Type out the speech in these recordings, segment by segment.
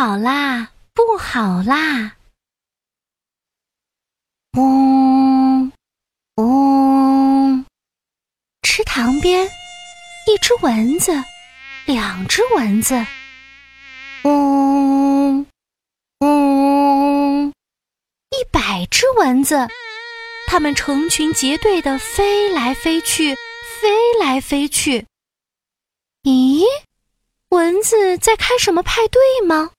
好啦，不好啦！嗡嗡，池塘边，一只蚊子，两只蚊子，嗡嗡，100只蚊子，它们成群结队地飞来飞去，飞来飞去。咦，蚊子在开什么派对吗？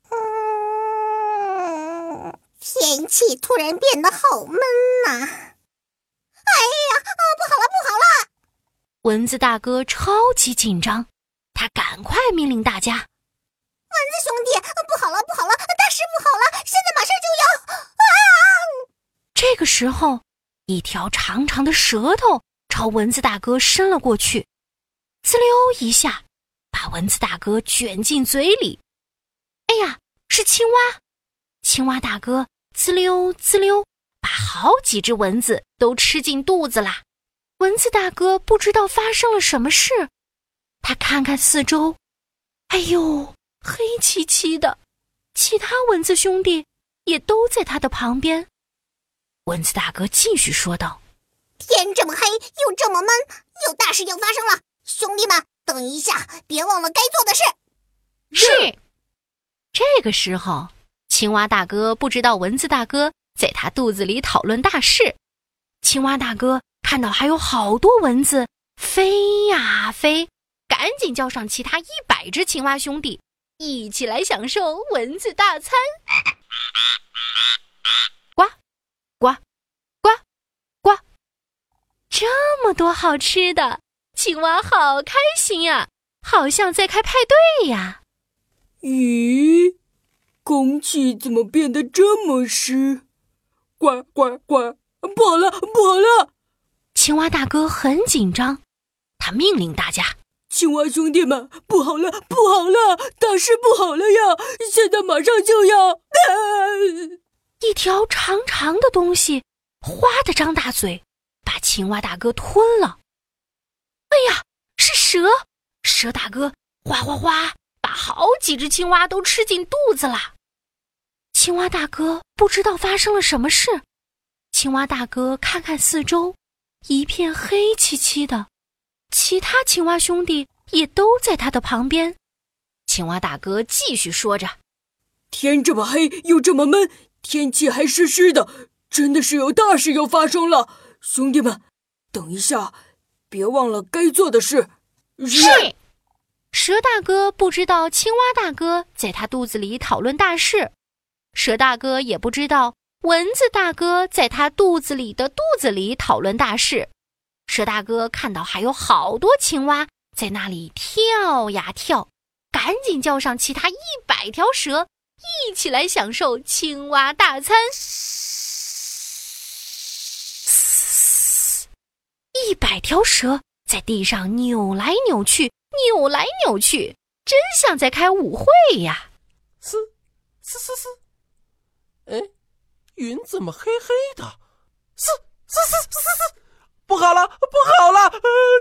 天气突然变得好闷呐！哎呀，不好了，不好了！ 蚊子大哥超级紧张，他赶快命令大家：蚊子兄弟，不好了，不好了，大事不好了，现在马上就要…… 这个时候，一条长长的舌头朝蚊子大哥伸了过去，滋溜一下，把蚊子大哥卷进嘴里。哎呀，是青蛙！青蛙大哥滋溜滋溜，把好几只蚊子都吃进肚子啦。蚊子大哥不知道发生了什么事，他看看四周，哎呦，黑漆漆的，其他蚊子兄弟也都在他的旁边。蚊子大哥继续说道： 天这么黑，又这么闷，有大事要发生了，兄弟们，等一下，别忘了该做的事。 是。这个时候，青蛙大哥不知道蚊子大哥在他肚子里讨论大事。青蛙大哥看到还有好多蚊子飞呀飞，赶紧叫上其他100只青蛙兄弟，一起来享受蚊子大餐。呱呱呱呱，这么多好吃的，青蛙好开心呀，好像在开派对呀。 咦，空气怎么变得这么湿？呱呱呱，不好了，不好了！ 青蛙大哥很紧张，他命令大家： 青蛙兄弟们，不好了，不好了，大事不好了呀！现在马上就要…… 一条长长的东西哗地张大嘴，把青蛙大哥吞了。哎呀，是蛇！蛇大哥哗哗哗，把好几只青蛙都吃进肚子了。青蛙大哥不知道发生了什么事，青蛙大哥看看四周，一片黑漆漆的，其他青蛙兄弟也都在他的旁边。青蛙大哥继续说着： 天这么黑，又这么闷，天气还湿湿的，真的是有大事要发生了。兄弟们，等一下，别忘了该做的事。 是。蛇大哥不知道青蛙大哥在他肚子里讨论大事，蛇大哥也不知道蚊子大哥在他肚子里的肚子里讨论大事。蛇大哥看到还有好多青蛙在那里跳呀跳，赶紧叫上其他100条蛇，一起来享受青蛙大餐。100条蛇在地上扭来扭去，扭来扭去，真像在开舞会呀！ 嘶嘶嘶嘶，哎，云怎么黑黑的？嘶嘶嘶嘶嘶，不好了，不好了！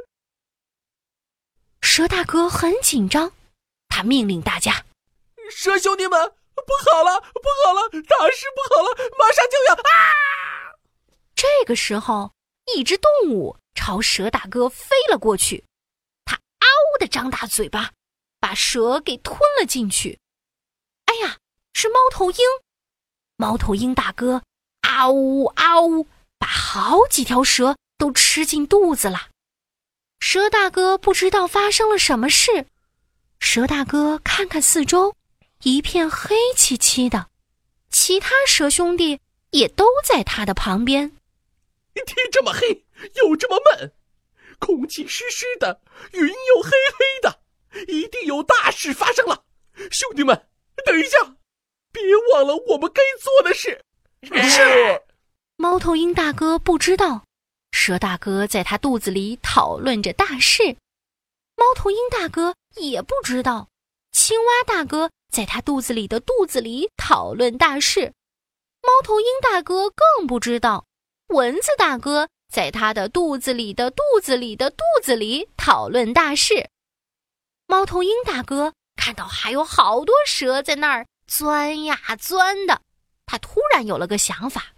蛇大哥很紧张，他命令大家： 蛇兄弟们，不好了，不好了，大事不好了，马上就要…… 这个时候，一只动物朝蛇大哥飞了过去，它嗷地张大嘴巴，把蛇给吞了进去。哎呀，是猫头鹰！猫头鹰大哥嗷呜嗷呜，把好几条蛇都吃进肚子了。蛇大哥不知道发生了什么事，蛇大哥看看四周，一片黑漆漆的，其他蛇兄弟也都在他的旁边。 天这么黑，又这么闷，空气湿湿的，云又黑黑的，一定有大事发生了。兄弟们，等一下，别忘了我们该做的事。 是。猫头鹰大哥不知道，蛇大哥在他肚子里讨论着大事。猫头鹰大哥也不知道，青蛙大哥在他肚子里的肚子里讨论大事。猫头鹰大哥更不知道，蚊子大哥在他的肚子里的肚子里的肚子里讨论大事。猫头鹰大哥看到还有好多蛇在那儿钻呀钻的，他突然有了个想法。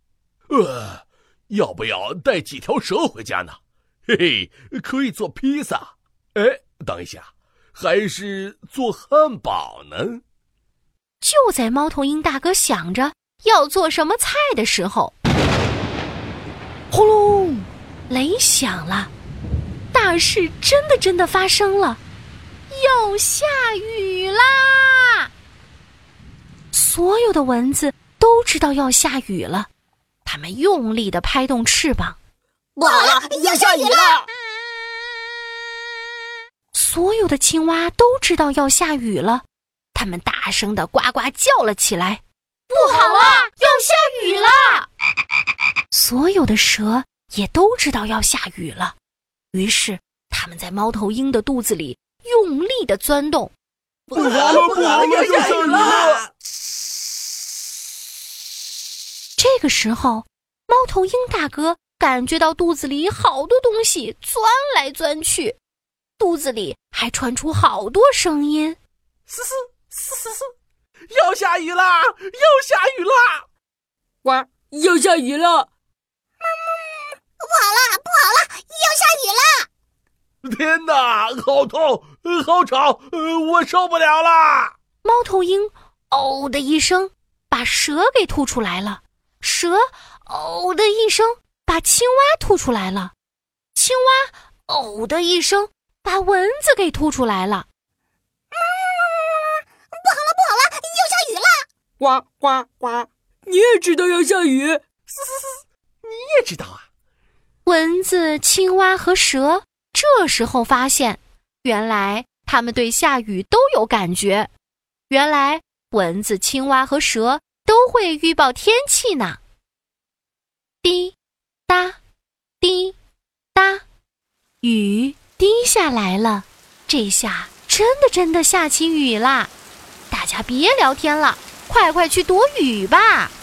要不要带几条蛇回家呢？嘿嘿，可以做披萨。哎，等一下，还是做汉堡呢？ 就在猫头鹰大哥想着要做什么菜的时候，轰隆，雷响了，大事真的发生了，要下雨啦！所有的蚊子都知道要下雨了，它们用力地拍动翅膀。 不好了，要下雨了！ 所有的青蛙都知道要下雨了，它们大声地呱呱叫了起来。不好了，要下雨了！所有的蛇也都知道要下雨了，于是它们在猫头鹰的肚子里用力地钻动。 不好了，要下雨了！ 这个时候，猫头鹰大哥感觉到肚子里好多东西钻来钻去，肚子里还传出好多声音。 嘶嘶嘶嘶嘶，要下雨啦！要下雨啦！ 呱，要下雨了！ 不好了，要下雨了！ 天哪，好痛，好吵，我受不了啦！ 猫头鹰哦的一声把蛇给吐出来了，蛇哦的一声把青蛙吐出来了，青蛙哦的一声把蚊子给吐出来了。 不好了，要下雨了！ 呱呱呱！你也知道要下雨？ 嘶嘶嘶，你也知道啊？ 蚊子、青蛙和蛇这时候发现，原来它们对下雨都有感觉。原来蚊子、青蛙和蛇都会预报天气呢。滴答滴答，雨滴下来了，这下真的下起雨啦！大家别聊天了，快去躲雨吧！